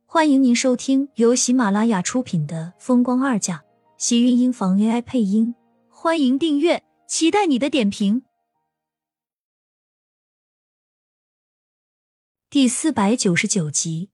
欢迎您收听由喜马拉雅出品的《风光二嫁》，喜运音房 AI 配音。欢迎订阅，期待你的点评。第499集。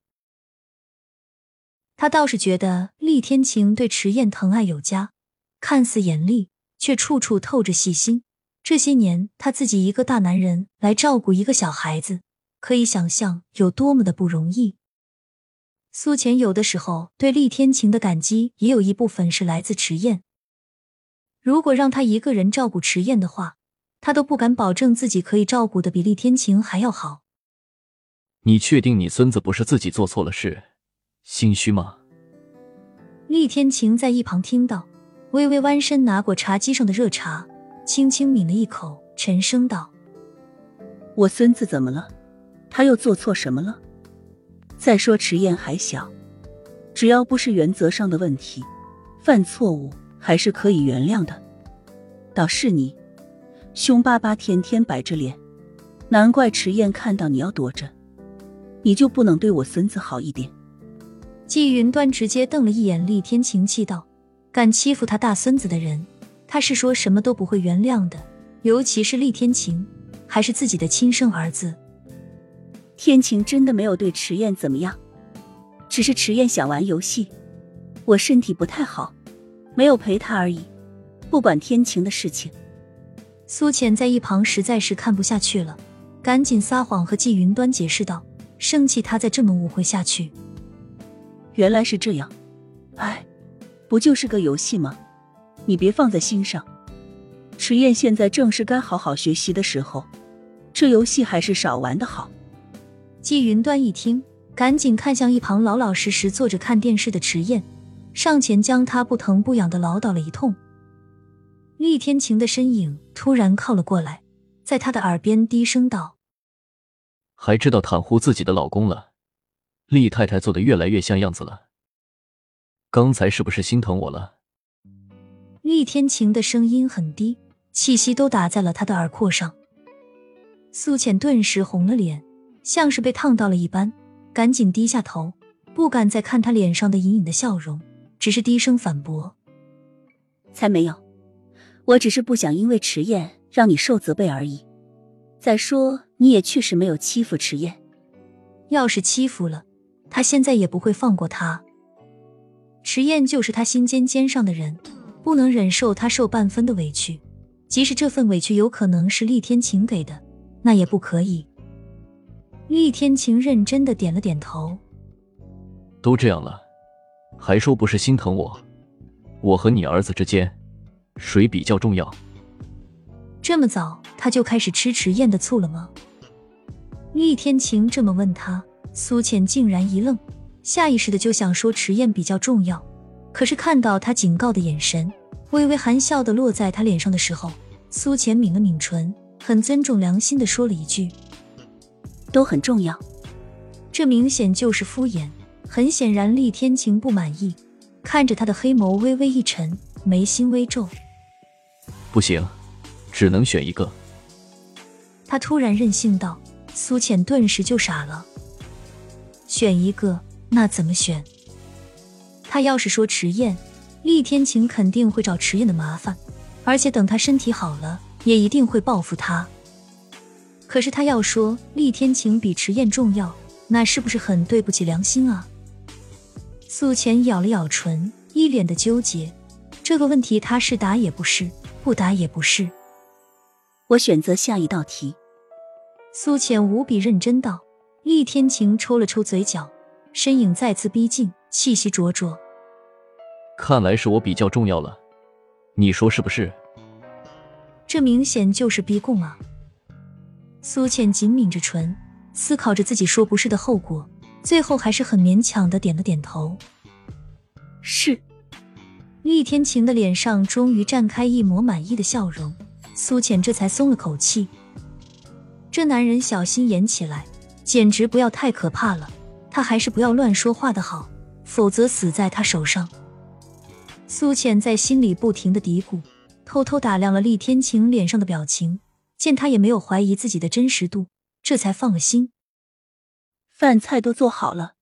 他倒是觉得厉天晴对迟燕疼爱有加，看似严厉，却处处透着细心。这些年他自己一个大男人来照顾一个小孩子，可以想象有多么的不容易。苏浅有的时候对厉天晴的感激也有一部分是来自迟燕。如果让他一个人照顾迟燕的话，他都不敢保证自己可以照顾的比厉天晴还要好。 你确定你孙子不是自己做错了事，心虚吗？ 厉天晴在一旁听到，微微弯身拿过茶几上的热茶，轻轻抿了一口，沉声道： 我孙子怎么了？他又做错什么了？再说迟燕还小，只要不是原则上的问题，犯错误还是可以原谅的。倒是你，凶巴巴天天摆着脸，难怪迟燕看到你要躲着，你就不能对我孙子好一点？ 季云端直接瞪了一眼厉天晴，气道：敢欺负他大孙子的人，他是说什么都不会原谅的，尤其是厉天晴，还是自己的亲生儿子。 天晴真的没有对迟燕怎么样，只是迟燕想玩游戏，我身体不太好，没有陪她而已，不管天晴的事情。 苏浅在一旁实在是看不下去了，赶紧撒谎和季云端解释道，生气他再这么误会下去。 原来是这样，哎，不就是个游戏吗？你别放在心上。迟燕现在正是该好好学习的时候，这游戏还是少玩的好。 季云端一听，赶紧看向一旁老老实实坐着看电视的迟燕，上前将他不疼不痒的唠叨了一通。厉天晴的身影突然靠了过来，在他的耳边低声道： 还知道袒护自己的老公了，厉太太做得越来越像样子了，刚才是不是心疼我了？ 厉天晴的声音很低，气息都打在了他的耳廓上。苏浅顿时红了脸，像是被烫到了一般，赶紧低下头，不敢再看他脸上的隐隐的笑容，只是低声反驳： 才没有，我只是不想因为迟燕让你受责备而已。再说你也确实没有欺负迟燕， 要是欺负了，他现在也不会放过他。迟燕就是他心尖上的人，不能忍受他受半分的委屈，即使这份委屈有可能是厉天晴给的，那也不可以。厉天晴认真的点了点头。 都这样了，还说不是心疼我，我和你儿子之间谁比较重要？ 这么早他就开始吃迟燕的醋了吗？厉天晴这么问他，苏浅竟然一愣，下意识的就想说迟燕比较重要，可是看到他警告的眼神微微含笑的落在他脸上的时候，苏浅抿了抿唇，很尊重良心的说了一句： 都很重要。 这明显就是敷衍，很显然厉天晴不满意，看着他的黑眸微微一沉，眉心微皱。 不行，只能选一个。 他突然任性道，苏浅顿时就傻了。选一个？那怎么选？他要是说迟燕，厉天晴肯定会找迟燕的麻烦，而且等他身体好了，也一定会报复他。可是他要说厉天晴比迟燕重要，那是不是很对不起良心啊？苏浅咬了咬唇，一脸的纠结。这个问题他是答也不是，不答也不是。 我选择下一道题。 苏浅无比认真道。厉天晴抽了抽嘴角，身影再次逼近，气息灼灼。 看来是我比较重要了，你说是不是？ 这明显就是逼供啊。苏浅紧抿着唇，思考着自己说不是的后果，最后还是很勉强的点了点头。 是。 厉天晴的脸上终于绽开一抹满意的笑容，苏浅这才松了口气。这男人小心眼起来简直不要太可怕了，他还是不要乱说话的好，否则死在他手上。苏浅在心里不停地嘀咕，偷偷打量了厉天晴脸上的表情，见他也没有怀疑自己的真实度，这才放了心。 饭菜都做好了，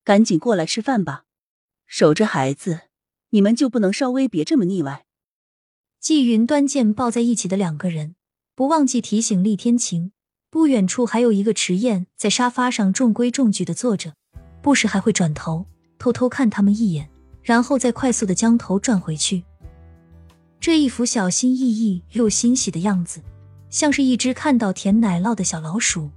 赶紧过来吃饭吧，守着孩子，你们就不能稍微别这么腻歪？ 季云端见抱在一起的两个人，不忘记提醒厉天晴，不远处还有一个迟燕在沙发上中规中矩地坐着，不时还会转头偷偷看他们一眼，然后再快速地将头转回去。这一副小心翼翼又欣喜的样子，像是一只看到甜奶酪的小老鼠。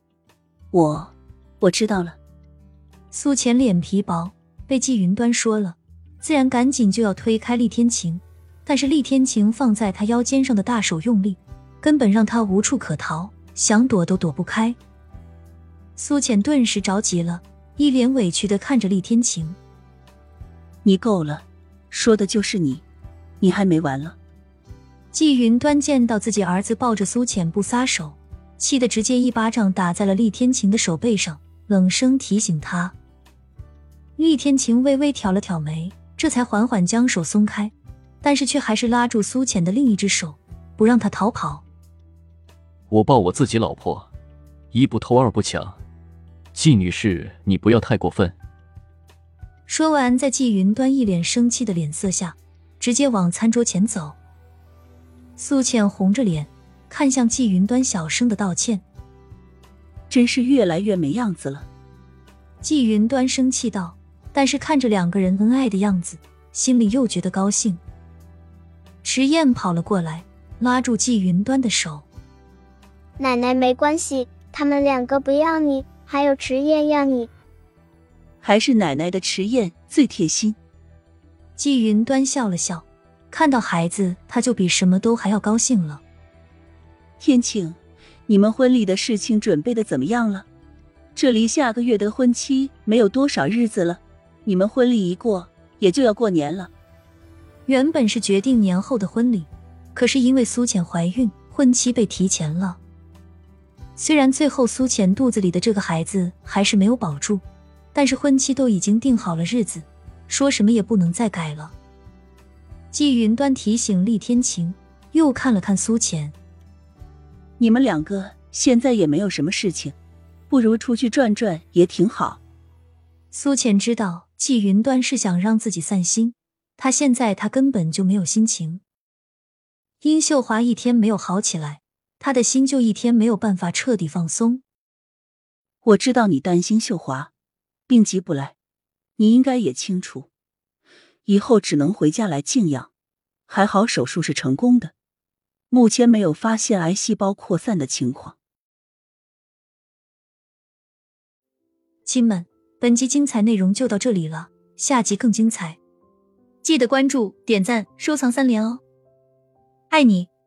我知道了。 苏浅脸皮薄，被季云端说了，自然赶紧就要推开厉天晴，但是厉天晴放在他腰间上的大手用力，根本让他无处可逃，想躲都躲不开。苏浅顿时着急了，一脸委屈地看着厉天晴。 你够了，说的就是你还没完了。 季云端见到自己儿子抱着苏浅不撒手，气得直接一巴掌打在了厉天晴的手背上，冷声提醒他。厉天晴微微挑了挑眉，这才缓缓将手松开，但是却还是拉住苏浅的另一只手，不让他逃跑。 我抱我自己老婆，一不偷二不抢，季女士你不要太过分。 说完，在季云端一脸生气的脸色下，直接往餐桌前走。苏浅红着脸看向季云端，小声的道歉。 真是越来越没样子了。 季云端生气道，但是看着两个人恩爱的样子，心里又觉得高兴。迟燕跑了过来，拉住季云端的手。 奶奶没关系，他们两个不要你，还有迟燕要你。 还是奶奶的迟燕最贴心。 季云端笑了笑，看到孩子他就比什么都还要高兴了。 天晴，你们婚礼的事情准备的怎么样了？这离下个月的婚期没有多少日子了，你们婚礼一过也就要过年了。 原本是决定年后的婚礼，可是因为苏浅怀孕，婚期被提前了。虽然最后苏浅肚子里的这个孩子还是没有保住，但是婚期都已经定好了日子，说什么也不能再改了。季云端提醒厉天晴，又看了看苏浅。 你们两个现在也没有什么事情，不如出去转转也挺好。 苏浅知道季云端是想让自己散心，现在他根本就没有心情。殷秀华一天没有好起来，他的心就一天没有办法彻底放松。 我知道你担心秀华，病急不来，你应该也清楚，以后只能回家来静养。还好手术是成功的，目前没有发现癌细胞扩散的情况。 亲们，本集精彩内容就到这里了，下集更精彩，记得关注、点赞、收藏3连哦！爱你。